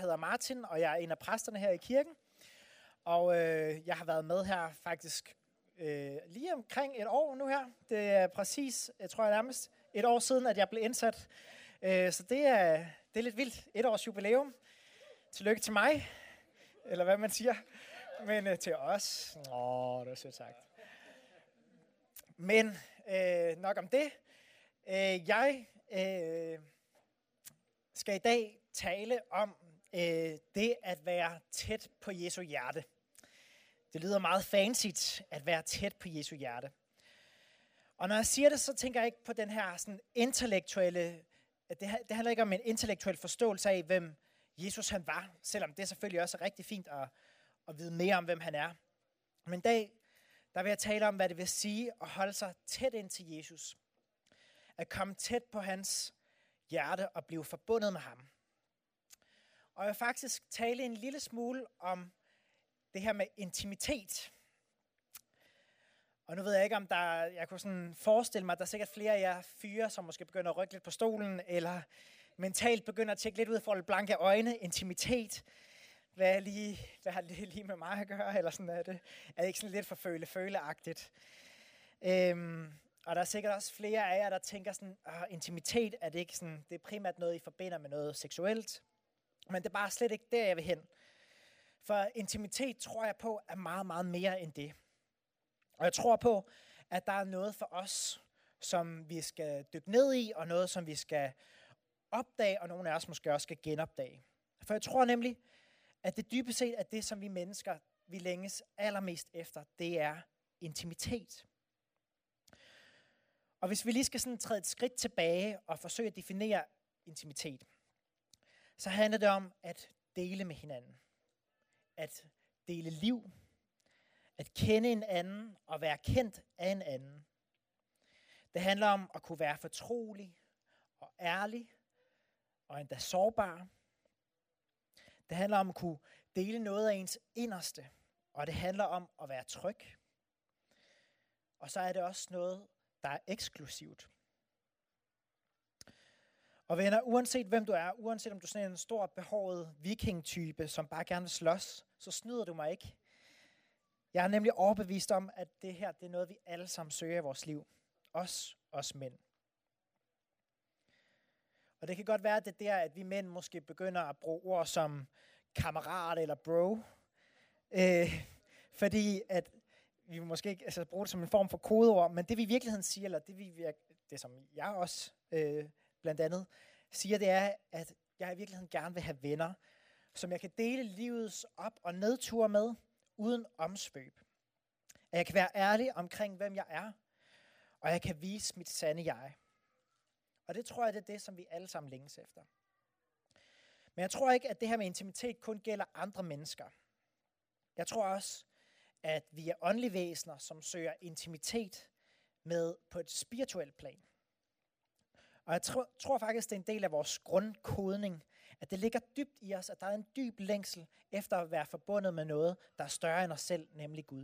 hedder Martin, og jeg er en af præsterne her i kirken. Og jeg har været med her faktisk lige omkring et år nu her. Det er præcis, jeg tror nærmest et år siden, at jeg blev indsat. Så det er lidt vildt. 1 års jubilæum. Tillykke til mig, eller hvad man siger. Men til os. Det er sødt sagt. Men nok om det. Jeg skal i dag tale om det at være tæt på Jesu hjerte. Det lyder meget fancy at være tæt på Jesu hjerte. Og når jeg siger det, så tænker jeg ikke på den her sådan intellektuelle. Det handler ikke om en intellektuel forståelse af, hvem Jesus han var, selvom det selvfølgelig også er rigtig fint at vide mere om, hvem han er. Men i dag, der vil jeg tale om, hvad det vil sige at holde sig tæt ind til Jesus. At komme tæt på hans hjerte og blive forbundet med ham. Og jeg vil faktisk tale en lille smule om det her med intimitet. Og nu ved jeg ikke, om jeg kunne sådan forestille mig, at der er sikkert flere af jer fyre, som måske begynder at rykke lidt på stolen, eller mentalt begynder at tjekke lidt ud for at blanke øjne. Intimitet. Hvad har det lige med mig at gøre? Eller sådan er det ikke sådan lidt for føleagtigt? Og der er sikkert også flere af jer, der tænker sådan, intimitet er det ikke sådan, det er primært noget, I forbinder med noget seksuelt. Men det er bare slet ikke der, jeg vil hen. For intimitet tror jeg på er meget, meget mere end det. Og jeg tror på, at der er noget for os, som vi skal dykke ned i, og noget, som vi skal opdage, og nogle af os måske også skal genopdage. For jeg tror nemlig, at det dybest set er det, som vi mennesker, vi længes allermest efter, det er intimitet. Og hvis vi lige skal sådan træde et skridt tilbage og forsøge at definere intimitet, så handler det om at dele med hinanden. At dele liv. At kende en anden og være kendt af en anden. Det handler om at kunne være fortrolig og ærlig og endda sårbar. Det handler om at kunne dele noget af ens inderste, og det handler om at være tryg. Og så er det også noget, der er eksklusivt. Og venner, uanset hvem du er, uanset om du er sådan en stor behåret vikingtype, som bare gerne vil slås, så snyder du mig ikke. Jeg er nemlig overbevist om, at det her det er noget, vi alle sammen søger i vores liv. Os mænd. Og det kan godt være, at det er der, at vi mænd måske begynder at bruge ord som kammerat eller bro. Fordi at vi måske ikke bruger det som en form for kodeord, men det vi i virkeligheden siger, eller det som jeg også blandt andet siger, det er, at jeg i virkeligheden gerne vil have venner, som jeg kan dele livets op- og nedtur med, uden omsvøb. At jeg kan være ærlig omkring, hvem jeg er, og jeg kan vise mit sande jeg. Og det tror jeg, det er det, som vi alle sammen længes efter. Men jeg tror ikke, at det her med intimitet kun gælder andre mennesker. Jeg tror også, at vi er åndelige væsener, som søger intimitet med på et spirituelt plan. Og jeg tror faktisk, det er en del af vores grundkodning, at det ligger dybt i os, at der er en dyb længsel efter at være forbundet med noget, der er større end os selv, nemlig Gud.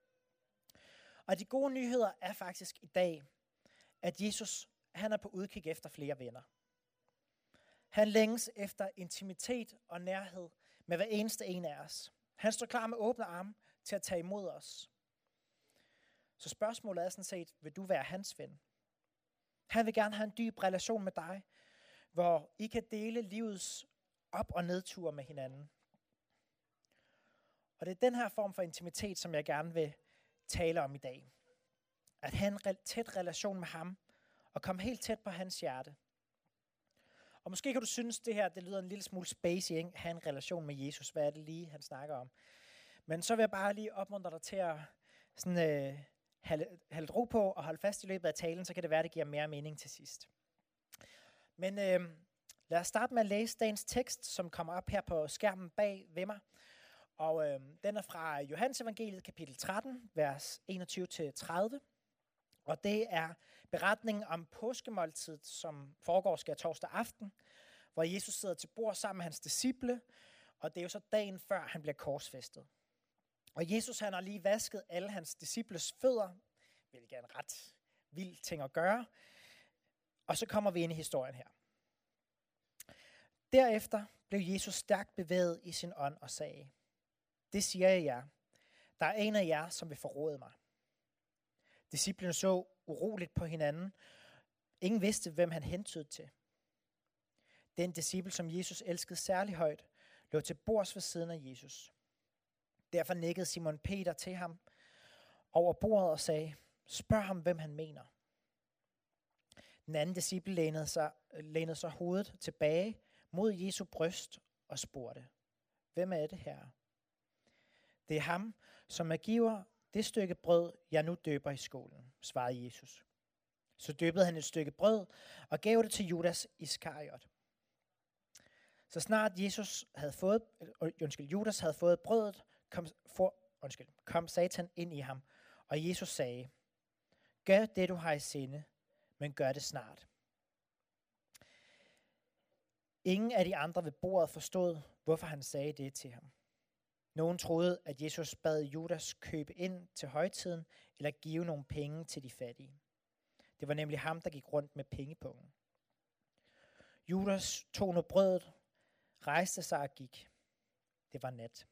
Og de gode nyheder er faktisk i dag, at Jesus han er på udkig efter flere venner. Han længes efter intimitet og nærhed med hver eneste en af os. Han står klar med åbne arme til at tage imod os. Så spørgsmålet er sådan set, vil du være hans ven? Han vil gerne have en dyb relation med dig, hvor I kan dele livets op- og nedture med hinanden. Og det er den her form for intimitet, som jeg gerne vil tale om i dag. At have en tæt relation med ham, og komme helt tæt på hans hjerte. Og måske kan du synes, det her det lyder en lille smule spacey, ikke? Have en relation med Jesus. Hvad er det lige, han snakker om? Men så vil jeg bare lige opmuntre dig til at sådan, holde ro på og holde fast i løbet af talen, så kan det være, det giver mere mening til sidst. Men lad os starte med at læse dagens tekst, som kommer op her på skærmen bag ved mig. Og den er fra Johannes evangeliet, kapitel 13, vers 21-30. Og det er beretningen om påskemåltidet, som foregår torsdag aften, hvor Jesus sidder til bord sammen med hans disciple, og det er jo så dagen før han bliver korsfæstet. Og Jesus han har lige vasket alle hans disciples fødder, hvilket er en ret vild ting at gøre. Og så kommer vi ind i historien her. Derefter blev Jesus stærkt bevæget i sin ånd og sagde, det siger jeg jer, der er en af jer, som vil forråde mig. Disciplene så uroligt på hinanden. Ingen vidste, hvem han hentydede til. Den disciple, som Jesus elskede særlig højt, lå til bords ved siden af Jesus. Derfor nikkede Simon Peter til ham over bordet og sagde, spørg ham, hvem han mener. Den anden disciple lænede sig hovedet tilbage mod Jesu bryst og spurgte, hvem er det her? Det er ham, som er giver det stykke brød, jeg nu døber i skålen, svarede Jesus. Så døbede han et stykke brød og gav det til Judas Iskariot. Så snart Judas havde fået brødet, kom Satan ind i ham, og Jesus sagde, gør det, du har i sinde, men gør det snart. Ingen af de andre ved bordet forstod, hvorfor han sagde det til ham. Nogen troede, at Jesus bad Judas købe ind til højtiden, eller give nogle penge til de fattige. Det var nemlig ham, der gik rundt med pengepungen. Judas tog nu brødet, rejste sig og gik. Det var nat.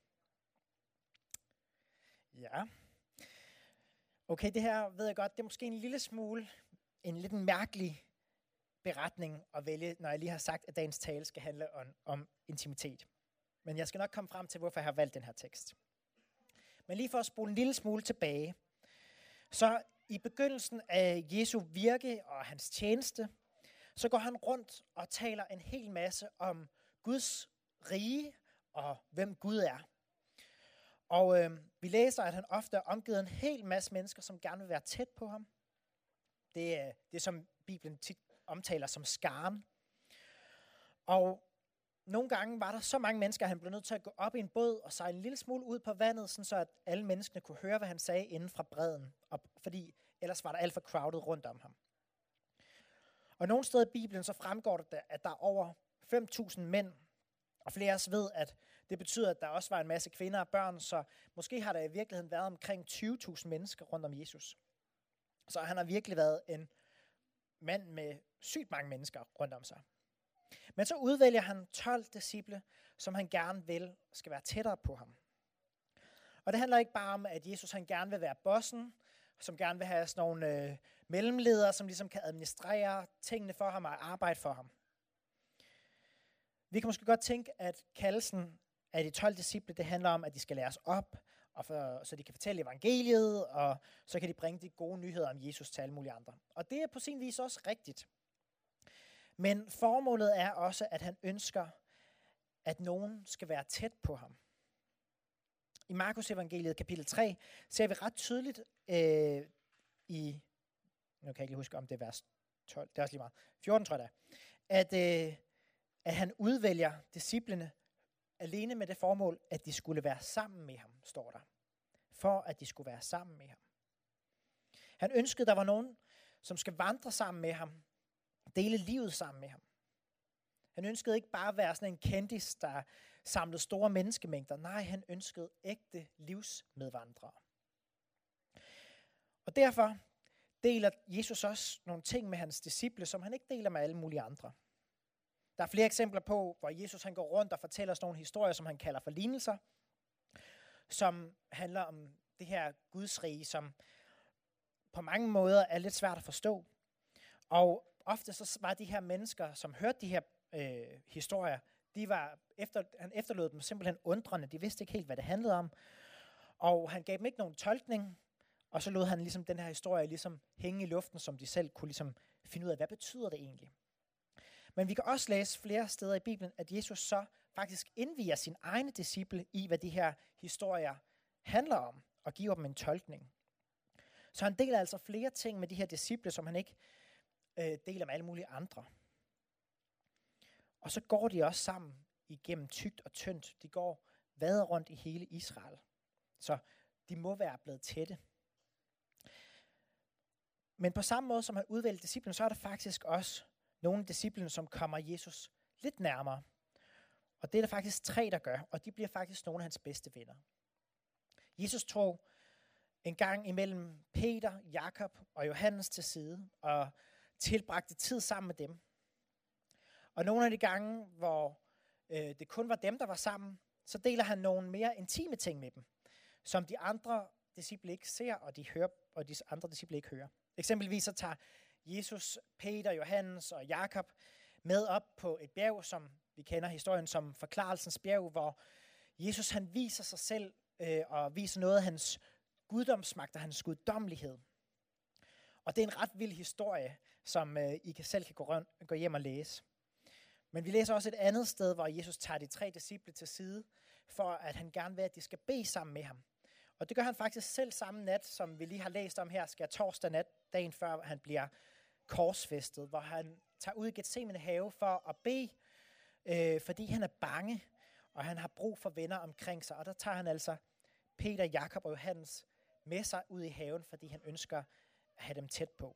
Ja. Okay, det her ved jeg godt, det er måske en lille smule, en lidt mærkelig beretning at vælge, når jeg lige har sagt, at dagens tale skal handle om intimitet. Men jeg skal nok komme frem til, hvorfor jeg har valgt den her tekst. Men lige for at spole en lille smule tilbage, så i begyndelsen af Jesu virke og hans tjeneste, så går han rundt og taler en hel masse om Guds rige og hvem Gud er. Og vi læser, at han ofte er omgivet en hel masse mennesker, som gerne vil være tæt på ham. Det er det, som Bibelen tit omtaler som skaren. Og nogle gange var der så mange mennesker, at han blev nødt til at gå op i en båd og sejle en lille smule ud på vandet, så at alle menneskene kunne høre, hvad han sagde inden fra bredden, fordi ellers var der alt for crowded rundt om ham. Og nogle steder i Bibelen så fremgår det, at der er over 5.000 mænd, og flere af os ved, at det betyder, at der også var en masse kvinder og børn, så måske har der i virkeligheden været omkring 20.000 mennesker rundt om Jesus. Så han har virkelig været en mand med sygt mange mennesker rundt om sig. Men så udvælger han 12 disciple, som han gerne vil skal være tættere på ham. Og det handler ikke bare om, at Jesus han gerne vil være bossen, som gerne vil have sådan nogle mellemledere, som ligesom kan administrere tingene for ham og arbejde for ham. Vi kan måske godt tænke, at kaldelsen af de 12 disciple, det handler om, at de skal læres op, så de kan fortælle evangeliet, og så kan de bringe de gode nyheder om Jesus til alle mulige andre. Og det er på sin vis også rigtigt. Men formålet er også, at han ønsker, at nogen skal være tæt på ham. I Markus evangeliet kapitel 3 ser vi ret tydeligt nu kan jeg ikke huske, om det er vers 12, det er også lige meget, 14 tror jeg det er, at han udvælger disciplene alene med det formål, at de skulle være sammen med ham, står der. For at de skulle være sammen med ham. Han ønskede, der var nogen, som skal vandre sammen med ham, dele livet sammen med ham. Han ønskede ikke bare at være sådan en kendis, der samlede store menneskemængder. Nej, han ønskede ægte livsmedvandrere. Og derfor deler Jesus også nogle ting med hans disciple, som han ikke deler med alle mulige andre. Der er flere eksempler på, hvor Jesus han går rundt og fortæller sådan nogle historier, som han kalder for lignelser, som handler om det her Guds rige, som på mange måder er lidt svært at forstå. Og ofte så var de her mennesker, som hørte de her historier, han efterlod dem simpelthen undrende. De vidste ikke helt, hvad det handlede om. Og han gav dem ikke nogen tolkning, og så lod han ligesom den her historie ligesom hænge i luften, som de selv kunne ligesom finde ud af, hvad betyder det egentlig. Men vi kan også læse flere steder i Bibelen, at Jesus så faktisk indvier sine egne disciple i, hvad de her historier handler om, og giver dem en tolkning. Så han deler altså flere ting med de her disciple, som han ikke deler med alle mulige andre. Og så går de også sammen igennem tykt og tyndt. De går vader rundt i hele Israel. Så de må være blevet tætte. Men på samme måde som han udvælger disciplene, så er der faktisk også nogle af disciplene, som kommer Jesus lidt nærmere. Og det er der faktisk 3, der gør, og de bliver faktisk nogle af hans bedste venner. Jesus tog en gang imellem Peter, Jakob og Johannes til side, og tilbragte tid sammen med dem. Og nogle af de gange, hvor det kun var dem, der var sammen, så deler han nogle mere intime ting med dem, som de andre disciple ikke ser, og de hører, og de andre disciple ikke hører. Eksempelvis så tager Jesus, Peter, Johannes og Jakob med op på et bjerg, som vi kender historien som forklarelsens bjerg, hvor Jesus han viser sig selv og viser noget af hans guddomsmagt og hans guddommelighed. Og det er en ret vild historie, som I selv kan gå hjem og læse. Men vi læser også et andet sted, hvor Jesus tager de 3 disciple til side, for at han gerne vil, at de skal bede sammen med ham. Og det gør han faktisk selv samme nat, som vi lige har læst om her, skal torsdag nat, dagen før han bliver korsfæstet, hvor han tager ud i Getsemane have for at bede, fordi han er bange, og han har brug for venner omkring sig. Og der tager han altså Peter, Jakob og Johannes med sig ud i haven, fordi han ønsker at have dem tæt på.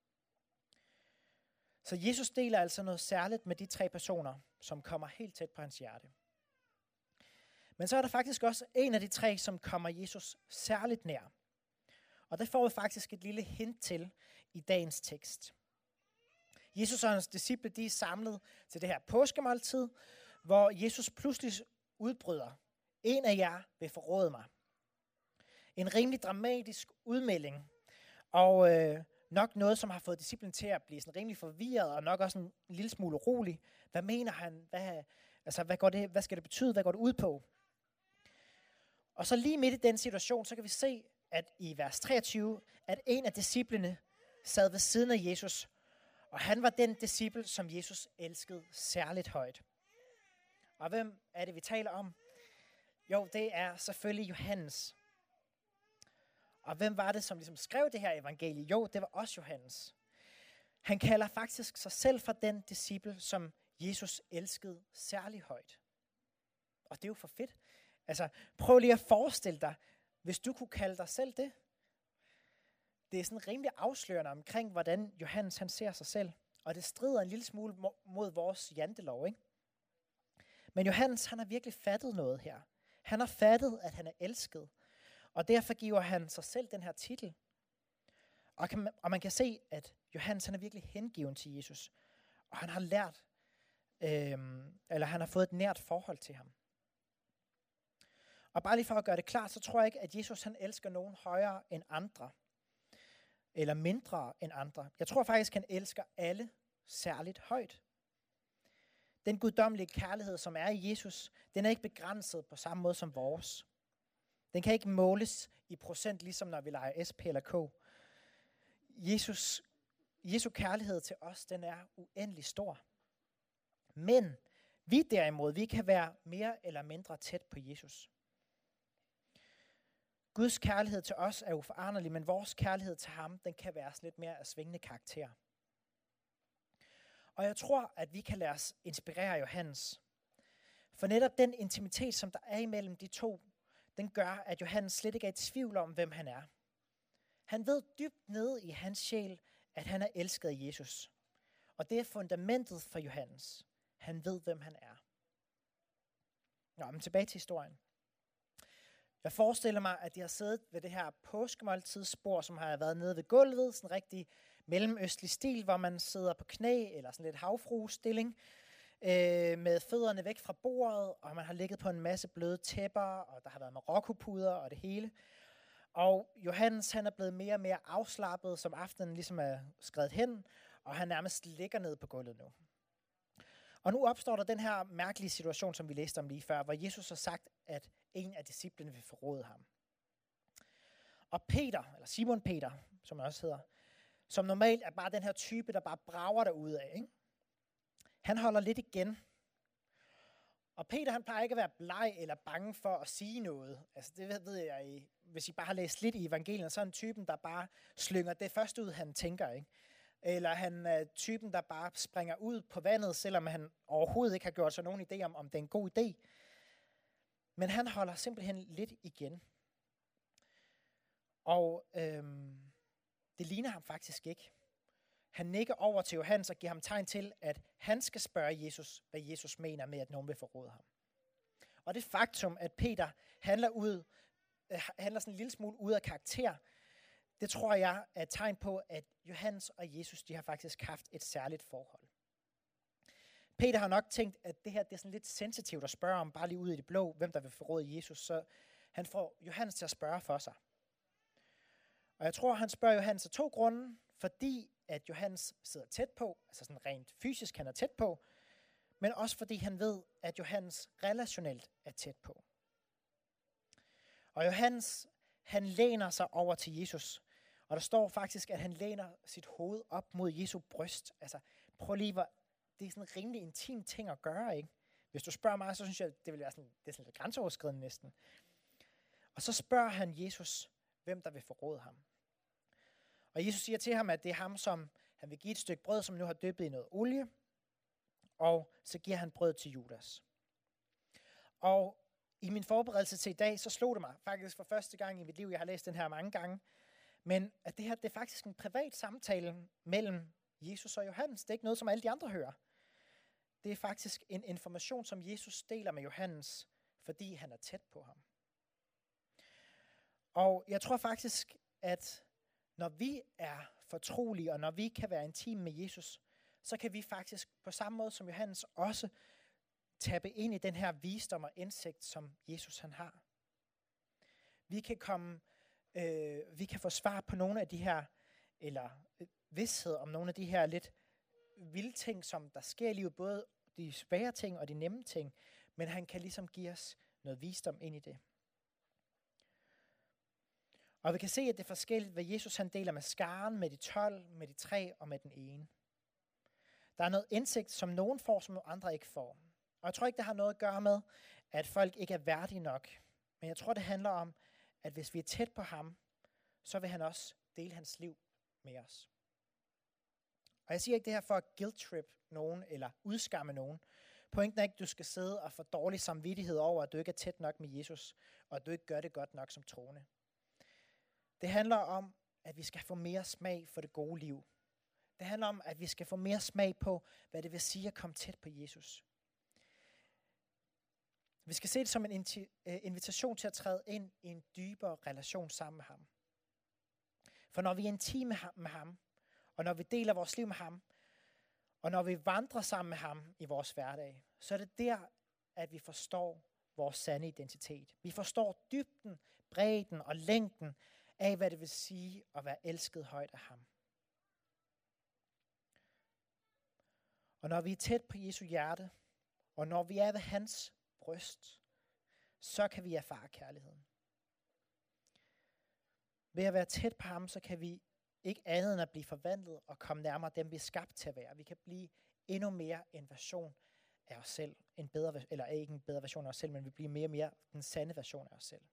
Så Jesus deler altså noget særligt med de 3 personer, som kommer helt tæt på hans hjerte. Men så er der faktisk også en af de 3, som kommer Jesus særligt nær. Og det får vi faktisk et lille hint til i dagens tekst. Jesus og hans disciple, de er samlet til det her påskemåltid, hvor Jesus pludselig udbryder: en af jer vil forråde mig. En rimelig dramatisk udmelding, og nok noget, som har fået disciplen til at blive sådan rimelig forvirret, og nok også en lille smule urolig. Hvad mener han? Hvad skal det betyde? Hvad går det ud på? Og så lige midt i den situation, så kan vi se, at i vers 23, at en af disciplene sad ved siden af Jesus, og han var den disciple, som Jesus elskede særligt højt. Og hvem er det, vi taler om? Jo, det er selvfølgelig Johannes. Og hvem var det, som ligesom skrev det her evangelie? Jo, det var også Johannes. Han kalder faktisk sig selv for den disciple, som Jesus elskede særligt højt. Og det er jo for fedt. Altså, prøv lige at forestille dig, hvis du kunne kalde dig selv det. Det er sådan rimelig afslørende omkring, hvordan Johannes han ser sig selv. Og det strider en lille smule mod vores jantelov, ikke? Men Johannes, han har virkelig fattet noget her. Han har fattet, at han er elsket. Og derfor giver han sig selv den her titel. Og man kan se, at Johannes han er virkelig hengiven til Jesus. Og han har lært, han har fået et nært forhold til ham. Og bare lige for at gøre det klart, så tror jeg ikke, at Jesus han elsker nogen højere end andre. Eller mindre end andre. Jeg tror faktisk, han elsker alle særligt højt. Den guddommelige kærlighed, som er i Jesus, den er ikke begrænset på samme måde som vores. Den kan ikke måles i procent, ligesom når vi leger SP eller K. Jesu kærlighed til os, den er uendelig stor. Men vi derimod, vi kan være mere eller mindre tæt på Jesus. Guds kærlighed til os er uforanderlig, men vores kærlighed til ham, den kan være lidt mere af svingende karakter. Og jeg tror, at vi kan lade os inspirere af Johannes. For netop den intimitet, som der er imellem de 2, den gør, at Johannes slet ikke er i tvivl om, hvem han er. Han ved dybt nede i hans sjæl, at han er elsket af Jesus. Og det er fundamentet for Johannes. Han ved, hvem han er. Nå, men tilbage til historien. Jeg forestiller mig, at de har siddet ved det her påskemåltidsbord, som har været nede ved gulvet, sådan en rigtig mellemøstlig stil, hvor man sidder på knæ, eller sådan lidt havfruestilling, med fødderne væk fra bordet, og man har ligget på en masse bløde tæpper, og der har været marokkopuder og det hele. Og Johannes, han er blevet mere og mere afslappet, som aftenen ligesom er skredet hen, og han nærmest ligger ned på gulvet nu. Og nu opstår der den her mærkelige situation, som vi læste om lige før, hvor Jesus har sagt, at en af disciplene vil forråde ham. Og Peter, eller Simon Peter, som han også hedder, som normalt er bare den her type, der bare brager derudad, ikke? Han holder lidt igen. Og Peter, han plejer ikke at være bleg eller bange for at sige noget. Altså det ved jeg, hvis I bare har læst lidt i evangeliet, så er han typen, der bare slynger det først ud, han tænker, ikke? Eller han er typen, der bare springer ud på vandet, selvom han overhovedet ikke har gjort sig nogen idé om det er en god idé. Men han holder simpelthen lidt igen. Og det ligner ham faktisk ikke. Han nikker over til Johannes og giver ham tegn til, at han skal spørge Jesus, hvad Jesus mener med, at nogen vil forråde ham. Og det faktum, at Peter handler sådan en lille smule ud af karakter, det tror jeg er et tegn på, at Johannes og Jesus, de har faktisk haft et særligt forhold. Peter har nok tænkt, at det her det er sådan lidt sensitivt at spørge om, bare lige ud i det blå, hvem der vil forråde Jesus. Så han får Johannes til at spørge for sig. Og jeg tror, han spørger Johannes af 2 grunde, fordi at Johannes sidder tæt på, altså sådan rent fysisk, han er tæt på, men også fordi han ved, at Johannes relationelt er tæt på. Og Johannes, han læner sig over til Jesus, og der står faktisk, at han læner sit hoved op mod Jesu bryst. Altså, prøv lige, det er sådan en rimelig intim ting at gøre, ikke? Hvis du spørger mig, så synes jeg, det vil være sådan, det er sådan lidt grænseoverskridende næsten. Og så spørger han Jesus, hvem der vil forråde ham. Og Jesus siger til ham, at det er ham, som han vil give et stykke brød, som nu har dyppet i noget olie, og så giver han brød til Judas. Og i min forberedelse til i dag, så slog det mig faktisk for første gang i mit liv, jeg har læst den her mange gange, men at det her, det er faktisk en privat samtale mellem Jesus og Johannes. Det er ikke noget, som alle de andre hører. Det er faktisk en information, som Jesus deler med Johannes, fordi han er tæt på ham. Og jeg tror faktisk, at når vi er fortrolige, og når vi kan være intime med Jesus, så kan vi faktisk på samme måde som Johannes også tappe ind i den her visdom og indsigt, som Jesus han har. Vi kan få svar på nogle af de her, eller vidshed om nogle af de her lidt vilde ting, som der sker i livet, både de svære ting og de nemme ting, men han kan ligesom give os noget visdom ind i det. Og vi kan se, at det er forskelligt, hvad Jesus han deler med skaren, med de 12, med de 3 og med den ene. Der er noget indsigt, som nogen får, som andre ikke får. Og jeg tror ikke, det har noget at gøre med, at folk ikke er værdige nok. Men jeg tror, det handler om, at hvis vi er tæt på ham, så vil han også dele hans liv med os. Og jeg siger ikke det her for at guilt-trip nogen, eller udskamme nogen. Pointen er ikke, at du skal sidde og få dårlig samvittighed over, at du ikke er tæt nok med Jesus, og at du ikke gør det godt nok som troende. Det handler om, at vi skal få mere smag for det gode liv. Det handler om, at vi skal få mere smag på, hvad det vil sige at komme tæt på Jesus. Vi skal se det som en invitation til at træde ind i en dybere relation sammen med ham. For når vi er intime med ham, og når vi deler vores liv med ham, og når vi vandrer sammen med ham i vores hverdag, så er det der, at vi forstår vores sande identitet. Vi forstår dybden, bredden og længden af, hvad det vil sige at være elsket højt af ham. Og når vi er tæt på Jesu hjerte, og når vi er ved hans bryst, så kan vi erfare kærligheden. Ved at være tæt på ham, så kan vi ikke andet end at blive forvandlet og komme nærmere dem, vi er skabt til at være. Vi kan blive endnu mere en version af os selv. Ikke en bedre version af os selv, men vi bliver mere og mere den sande version af os selv.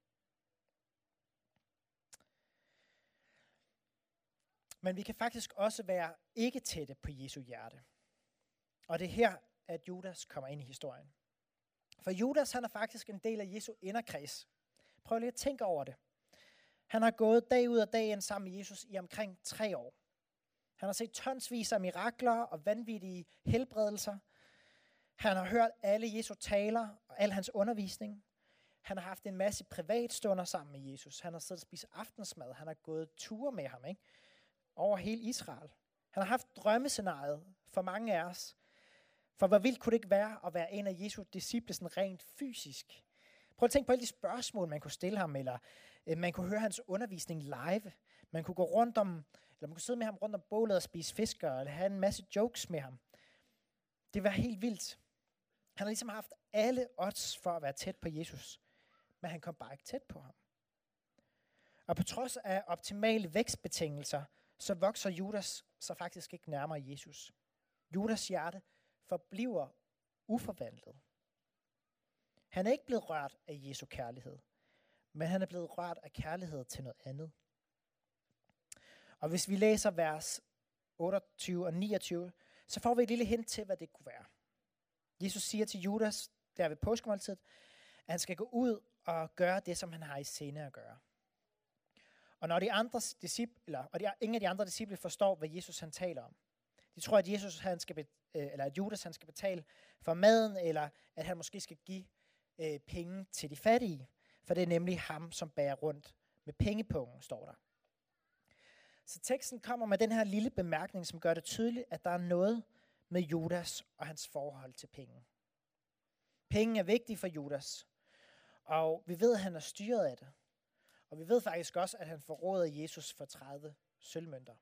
Men vi kan faktisk også være ikke tætte på Jesu hjerte. Og det er her, at Judas kommer ind i historien. For Judas, han er faktisk en del af Jesu inderkreds. Prøv lige at tænke over det. Han har gået dag ud og dag ind sammen med Jesus i omkring 3 år. Han har set tonsvis af mirakler og vanvittige helbredelser. Han har hørt alle Jesu taler og al hans undervisning. Han har haft en masse privatstunder sammen med Jesus. Han har siddet og spist aftensmad. Han har gået ture med ham, ikke? Over hele Israel. Han har haft drømmescenariet for mange af os. For hvor vildt kunne det ikke være at være en af Jesu disciple sådan rent fysisk? Prøv at tænke på alle de spørgsmål, man kunne stille ham, eller man kunne høre hans undervisning live. Man kunne gå rundt om, eller man kunne sidde med ham rundt om bålet og spise fisker, eller have en masse jokes med ham. Det var helt vildt. Han har ligesom haft alle odds for at være tæt på Jesus, men han kom bare ikke tæt på ham. Og på trods af optimale vækstbetingelser, så vokser Judas så faktisk ikke nærmere Jesus. Judas hjerte forbliver uforvandlet. Han er ikke blevet rørt af Jesu kærlighed, men han er blevet rørt af kærlighed til noget andet. Og hvis vi læser vers 28 og 29, så får vi et lille hint til, hvad det kunne være. Jesus siger til Judas, der ved påskemåltidet, at han skal gå ud og gøre det, som han har i sinde at gøre. Og når ingen af de andre disciple forstår, hvad Jesus han taler om. De tror, at at Judas han skal betale for maden, eller at han måske skal give penge til de fattige. For det er nemlig ham, som bærer rundt med pengepungen, står der. Så teksten kommer med den her lille bemærkning, som gør det tydeligt, at der er noget med Judas og hans forhold til penge. Penge er vigtige for Judas, og vi ved, at han er styret af det. Og vi ved faktisk også, at han forråder Jesus for 30 sølvmønter.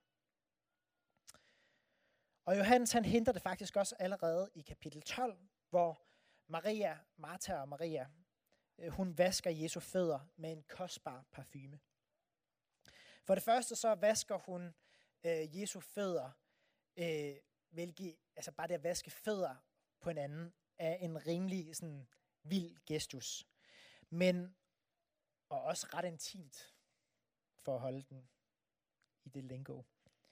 Og Johannes han henter det faktisk også allerede i kapitel 12, hvor Martha og Maria, hun vasker Jesu fødder med en kostbar parfume. For det første så vasker hun Jesu fødder, hvilket, altså bare det at vaske fødder på en anden, er en rimelig sådan vild gestus. Men, og også ret intimt, for at holde den i det lingo.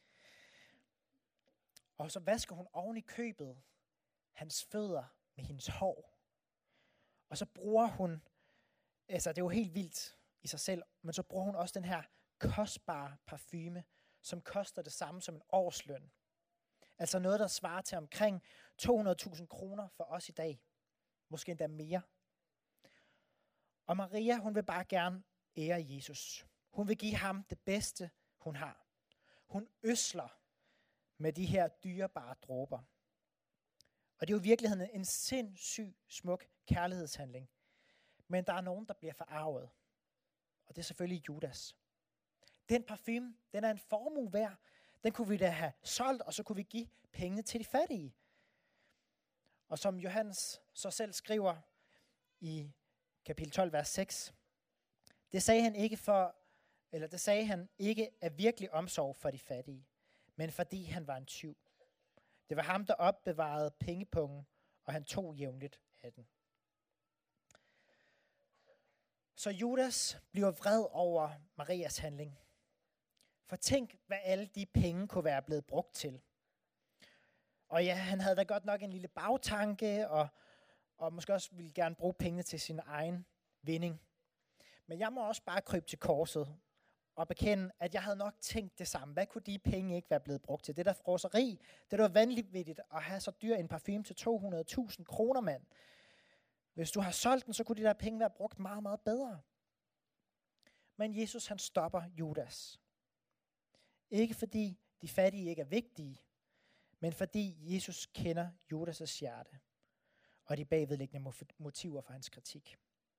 Og så vasker hun oven i købet hans fødder med hendes hår. Og så bruger hun, altså det er jo helt vildt i sig selv, men så bruger hun også den her kostbare parfume, som koster det samme som en årsløn. Altså noget, der svarer til omkring 200.000 kroner for os i dag. Måske endda mere. Og Maria, hun vil bare gerne ære Jesus. Hun vil give ham det bedste, hun har. Hun ødsler med de her dyrebare dråber. Og det er jo i virkeligheden en sindssyg smuk kærlighedshandling. Men der er nogen, der bliver forarvet. Og det er selvfølgelig Judas. Den parfume, den er en formue værd. Den kunne vi da have solgt, og så kunne vi give pengene til de fattige. Og som Johannes så selv skriver i kapitel 12, vers 6, det sagde han ikke af virkelig omsorg for de fattige, men fordi han var en tyv. Det var ham, der opbevarede pengepungen, og han tog jævnligt af den. Så Judas bliver vred over Marias handling. For tænk, hvad alle de penge kunne være blevet brugt til. Og ja, han havde da godt nok en lille bagtanke, og måske også ville gerne bruge pengene til sin egen vinding. Men jeg må også bare krybe til korset og bekende, at jeg havde nok tænkt det samme. Hvad kunne de penge ikke være blevet brugt til? Det der froseri, det var vanvittigt at have så dyr en parfume til 200.000 kroner, mand. Hvis du har solgt den, så kunne de der penge være brugt meget, meget bedre. Men Jesus, han stopper Judas. Ikke fordi de fattige ikke er vigtige, men fordi Jesus kender Judas' hjerte og de bagvedliggende motiver for hans kritik.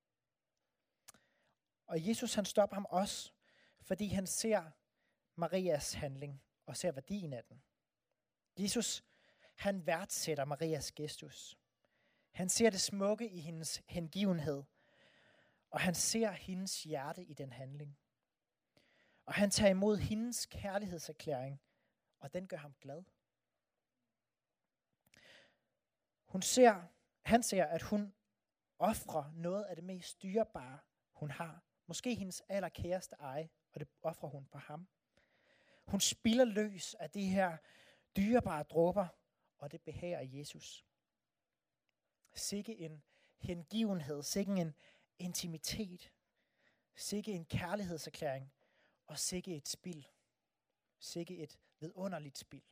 Og Jesus, han stopper ham også, fordi han ser Marias handling og ser værdien af den. Jesus, han værdsætter Marias gestus. Han ser det smukke i hendes hengivenhed, og han ser hendes hjerte i den handling. Og han tager imod hendes kærlighedserklæring, og den gør ham glad. Han ser, at hun ofrer noget af det mest dyrebare, hun har. Måske hendes allerkæreste eje, og det ofrer hun på ham. Hun spilder løs af de her dyrebare dråber, og det behager Jesus. Sikke en hengivenhed, sikke en intimitet, sikke en kærlighedserklæring, og sikke et spild. Sikke et vidunderligt spild.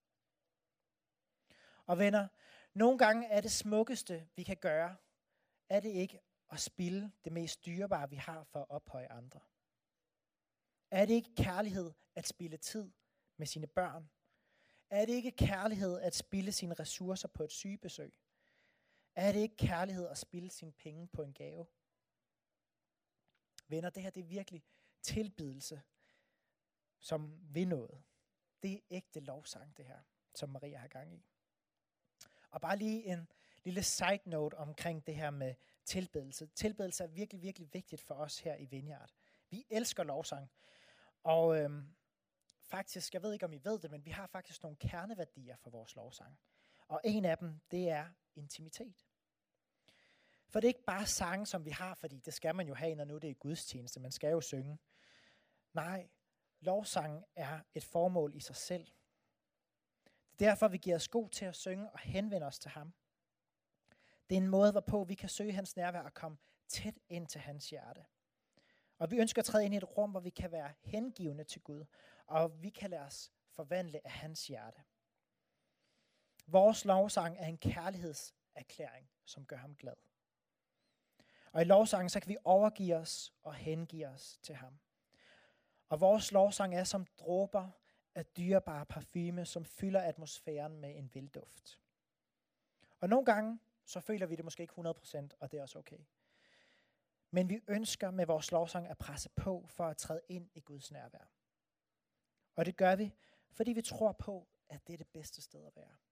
Og venner, nogle gange er det smukkeste, vi kan gøre, er det ikke at spilde det mest dyrebare, vi har for at ophøje andre. Er det ikke kærlighed at spilde tid med sine børn? Er det ikke kærlighed at spilde sine ressourcer på et sygebesøg? Er det ikke kærlighed at spilde sine penge på en gave? Venner, det her det er virkelig tilbedelse, som vil noget. Det er ægte lovsang, det her, som Maria har gang i. Og bare lige en lille side note omkring det her med tilbedelse. Tilbedelse er virkelig, virkelig vigtigt for os her i Vineyard. Vi elsker lovsang. Og faktisk, jeg ved ikke om I ved det, men vi har faktisk nogle kerneværdier for vores lovsang. Og en af dem, det er intimitet. For det er ikke bare sange, som vi har, fordi det skal man jo have, når nu det er gudstjeneste. Man skal jo synge. Nej, lovsang er et formål i sig selv. Det er derfor, vi giver os god til at synge og henvende os til ham. Det er en måde, hvorpå vi kan søge hans nærvær og komme tæt ind til hans hjerte. Og vi ønsker at træde ind i et rum, hvor vi kan være hengivne til Gud, og vi kan lade os forvandle af hans hjerte. Vores lovsang er en kærlighedserklæring, som gør ham glad. Og i lovsangen, så kan vi overgive os og hengive os til ham. Og vores lovsang er som dråber af dyrebare parfume, som fylder atmosfæren med en vildduft. Og nogle gange, så føler vi det måske ikke 100%, og det er også okay. Men vi ønsker med vores lovsang at presse på for at træde ind i Guds nærvær. Og det gør vi, fordi vi tror på, at det er det bedste sted at være.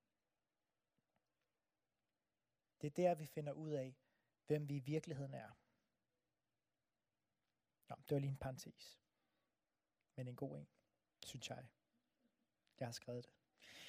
Det er der, vi finder ud af, hvem vi i virkeligheden er. Nå, det var lige en parentes. Men en god en, synes jeg. Jeg har skrevet det.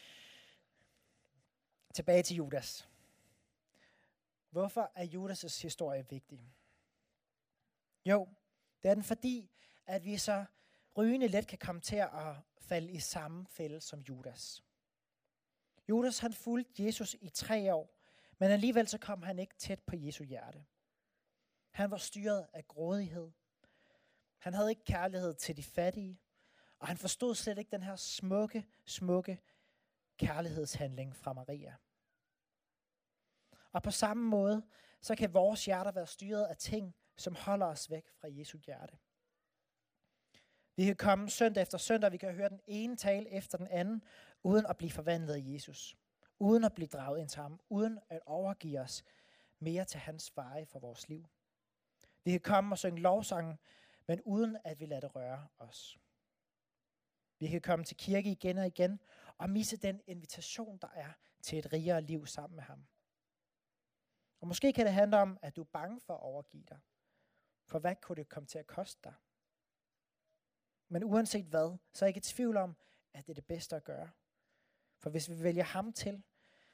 Tilbage til Judas. Hvorfor er Judas' historie vigtig? Jo, det er den fordi, at vi så rygende let kan komme til at falde i samme fælde som Judas. Judas han fulgte Jesus i 3 år, men alligevel så kom han ikke tæt på Jesu hjerte. Han var styret af grådighed. Han havde ikke kærlighed til de fattige, og han forstod slet ikke den her smukke kærlighedshandling fra Maria. Og på samme måde, så kan vores hjerter være styret af ting, som holder os væk fra Jesu hjerte. Vi kan komme søndag efter søndag, vi kan høre den ene tale efter den anden, uden at blive forvandlet af Jesus. Uden at blive draget ind til ham, uden at overgive os mere til hans veje for vores liv. Vi kan komme og synge lovsangen, men uden at vi lader det røre os. Vi kan komme til kirke igen og igen, og misse den invitation, der er til et rigere liv sammen med ham. Og måske kan det handle om, at du er bange for at overgive dig. For hvad kunne det komme til at koste dig? Men uanset hvad, så er jeg ikke i tvivl om, at det er det bedste at gøre. For hvis vi vælger ham til,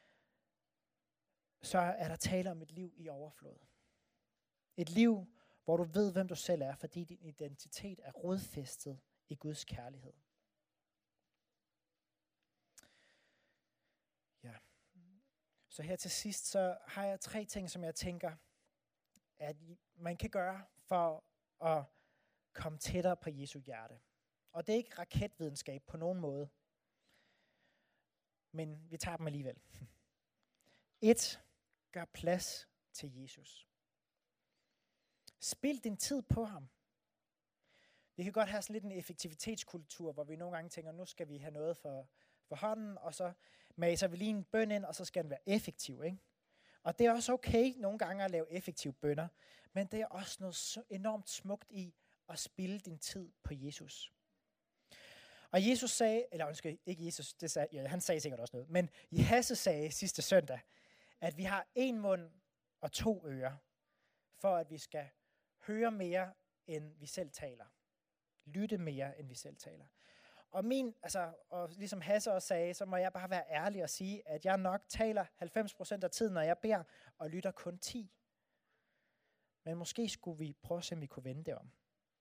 så er der tale om et liv i overflod. Et liv, hvor du ved, hvem du selv er, fordi din identitet er rodfæstet i Guds kærlighed. Ja. Så her til sidst, så har jeg 3 ting, som jeg tænker, at man kan gøre for at komme tættere på Jesu hjerte. Og det er ikke raketvidenskab på nogen måde. Men vi tager dem alligevel. 1. Gør plads til Jesus. Spil din tid på ham. Vi kan godt have sådan lidt en effektivitetskultur, hvor vi nogle gange tænker, nu skal vi have noget for hånden, og så maser vi lige en bøn ind, og så skal den være effektiv, ikke? Og det er også okay nogle gange at lave effektive bønner, men det er også noget så enormt smukt i at spilde din tid på Jesus. Og Jesus sagde, ikke Jesus, det sagde, ja, han sagde sikkert også noget, men Hasse sagde sidste søndag, at vi har 1 mund og 2 ører, for at vi skal høre mere, end vi selv taler. Lytte mere, end vi selv taler. Og ligesom Hasse også sagde, så må jeg bare være ærlig og sige, at jeg nok taler 90% af tiden, når jeg beder, og lytter kun 10. Men måske skulle vi prøve at se, om vi kunne vende det om.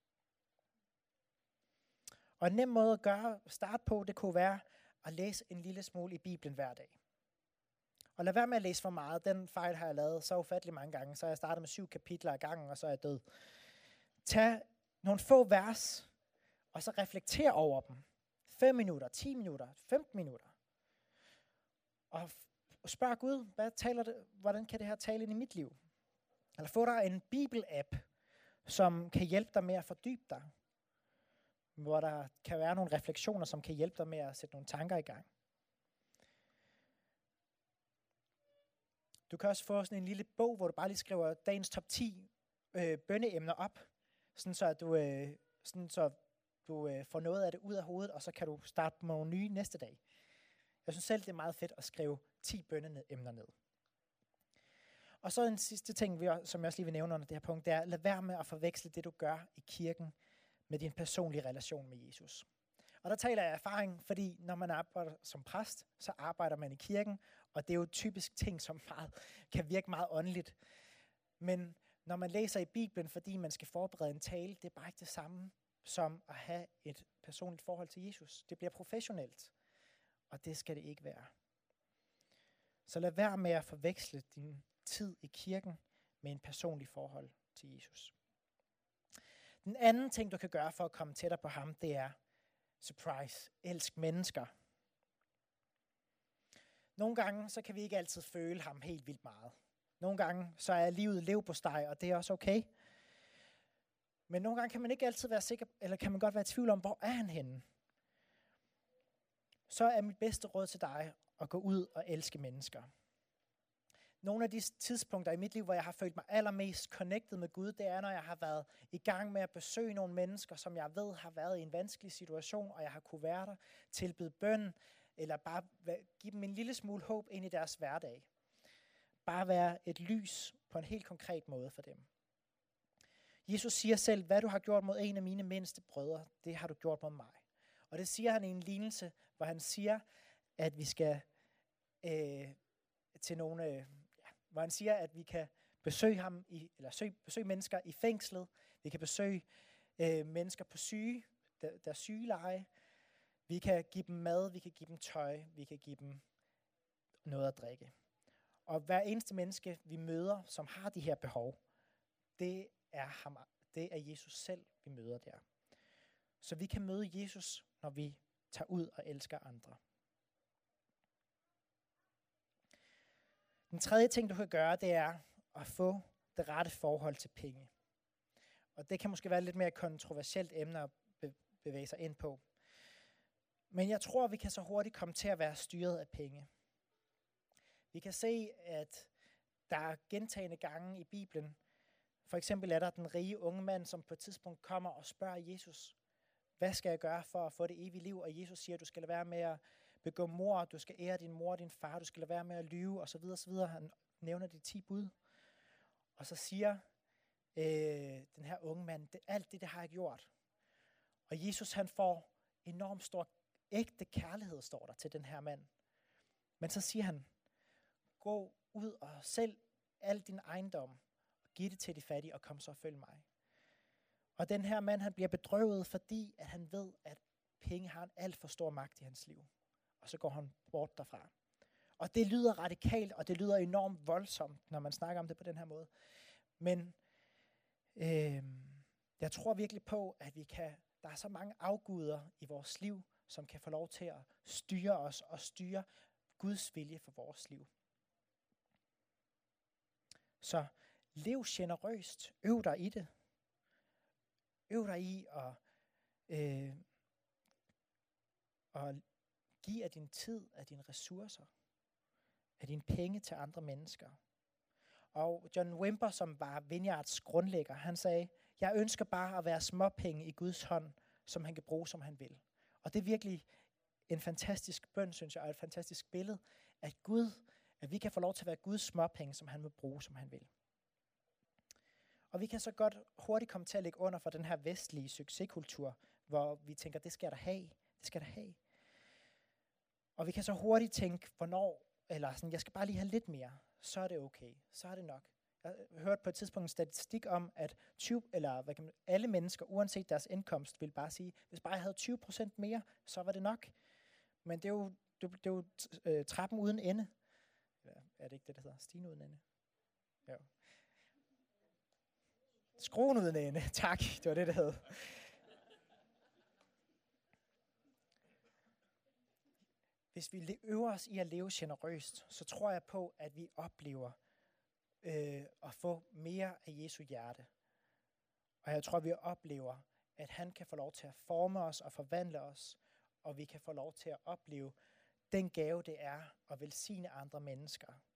Og en nem måde at starte på, det kunne være at læse en lille smule i Bibelen hver dag. Og lad være med at læse for meget. Den fejl har jeg lavet så ufattelig mange gange. Så jeg startet med 7 kapitler ad gangen, og så er jeg død. Tag nogle få vers, og så reflekter over dem. 5 minutter, 10 minutter, 15 minutter. Og spørg Gud, hvordan kan det her tale ind i mit liv? Eller få dig en Bibel-app, som kan hjælpe dig med at fordybe dig. Hvor der kan være nogle refleksioner, som kan hjælpe dig med at sætte nogle tanker i gang. Du kan også få sådan en lille bog, hvor du bare lige skriver dagens top 10 bønneemner op, sådan så du får noget af det ud af hovedet, og så kan du starte med nogle nye næste dag. Jeg synes selv, det er meget fedt at skrive 10 bønneemner ned. Og så en sidste ting, som jeg også lige vil nævne under det her punkt, det er, lad være med at forveksle det, du gør i kirken, med din personlige relation med Jesus. Og der taler jeg af erfaring, fordi når man arbejder som præst, så arbejder man i kirken, og det er jo typisk ting, som kan virke meget åndeligt. Men når man læser i Bibelen, fordi man skal forberede en tale, det er bare ikke det samme som at have et personligt forhold til Jesus. Det bliver professionelt, og det skal det ikke være. Så lad være med at forveksle din tid i kirken med en personlig forhold til Jesus. Den anden ting, du kan gøre for at komme tættere på ham, det er surprise. Elsk mennesker. Nogle gange, så kan vi ikke altid føle ham helt vildt meget. Nogle gange, så er livet leverpostej, og det er også okay. Men nogle gange kan man ikke altid være sikker, eller kan man godt være i tvivl om, hvor er han henne? så er mit bedste råd til dig at gå ud og elske mennesker. Nogle af de tidspunkter i mit liv, hvor jeg har følt mig allermest connected med Gud, det er, når jeg har været i gang med at besøge nogle mennesker, som jeg ved har været i en vanskelig situation, og jeg har kunne være der, tilbyde bøn, eller bare give dem en lille smule håb ind i deres hverdag. Bare være et lys på en helt konkret måde for dem. Jesus siger selv, hvad du har gjort mod en af mine mindste brødre, det har du gjort mod mig. Og det siger han i en lignelse, hvor han siger, at vi skal til nogle, hvor han siger, at vi kan besøge ham besøge mennesker i fængslet, vi kan besøge mennesker på der sygeleje, vi kan give dem mad, vi kan give dem tøj, vi kan give dem noget at drikke. Og hver eneste menneske, vi møder, som har de her behov, det er Jesus selv, vi møder der. Så vi kan møde Jesus, når vi tager ud og elsker andre. Den tredje ting, du kan gøre, det er at få det rette forhold til penge. Og det kan måske være et lidt mere kontroversielt emne at bevæge sig ind på. Men jeg tror, vi kan så hurtigt komme til at være styret af penge. Vi kan se, at der er gentagne gange i Bibelen. For eksempel er der den rige unge mand, som på et tidspunkt kommer og spørger Jesus, hvad skal jeg gøre for at få det evige liv? Og Jesus siger, du skal lade være med at begå mord, du skal ære din mor og din far, du skal lade være med at lyve, osv. osv. Han nævner de 10 bud. Og så siger den her unge mand, alt det har jeg gjort. Og Jesus han får enormt stor ægte kærlighed, står der til den her mand. Men så siger han, gå ud og sælg al din ejendom, og giv det til de fattige, og kom så og følg mig. Og den her mand, han bliver bedrøvet, fordi at han ved, at penge har en alt for stor magt i hans liv. Og så går han bort derfra. Og det lyder radikalt, og det lyder enormt voldsomt, når man snakker om det på den her måde. Men jeg tror virkelig på, at der er så mange afguder i vores liv, som kan få lov til at styre os og styre Guds vilje for vores liv. Så lev generøst. Øv dig i det. Øv dig i at give af din tid, af dine ressourcer, af dine penge til andre mennesker. Og John Wimber, som var Vineyards grundlægger, han sagde, jeg ønsker bare at være småpenge i Guds hånd, som han kan bruge, som han vil. Og det er virkelig en fantastisk bøn, synes jeg, og et fantastisk billede, at vi kan få lov til at være Guds småpenge, som han vil bruge, som han vil. Og vi kan så godt hurtigt komme til at lægge under for den her vestlige succeskultur, hvor vi tænker, det skal der have. Og vi kan så hurtigt tænke, jeg skal bare lige have lidt mere, så er det okay, så er det nok. Jeg hørte på et tidspunkt en statistik om, at alle mennesker, uanset deres indkomst, vil bare sige, hvis bare jeg havde 20% mere, så var det nok. Men det er jo trappen uden ende. Er det ikke det, der hedder? Stigen uden ende? Jo. Skruen uden ende. Tak, det var det hed. Hvis vi øver os i at leve generøst, så tror jeg på, at vi oplever at få mere af Jesu hjerte. Og jeg tror, vi oplever, at han kan få lov til at forme os og forvandle os, og vi kan få lov til at opleve den gave, det er at velsigne andre mennesker.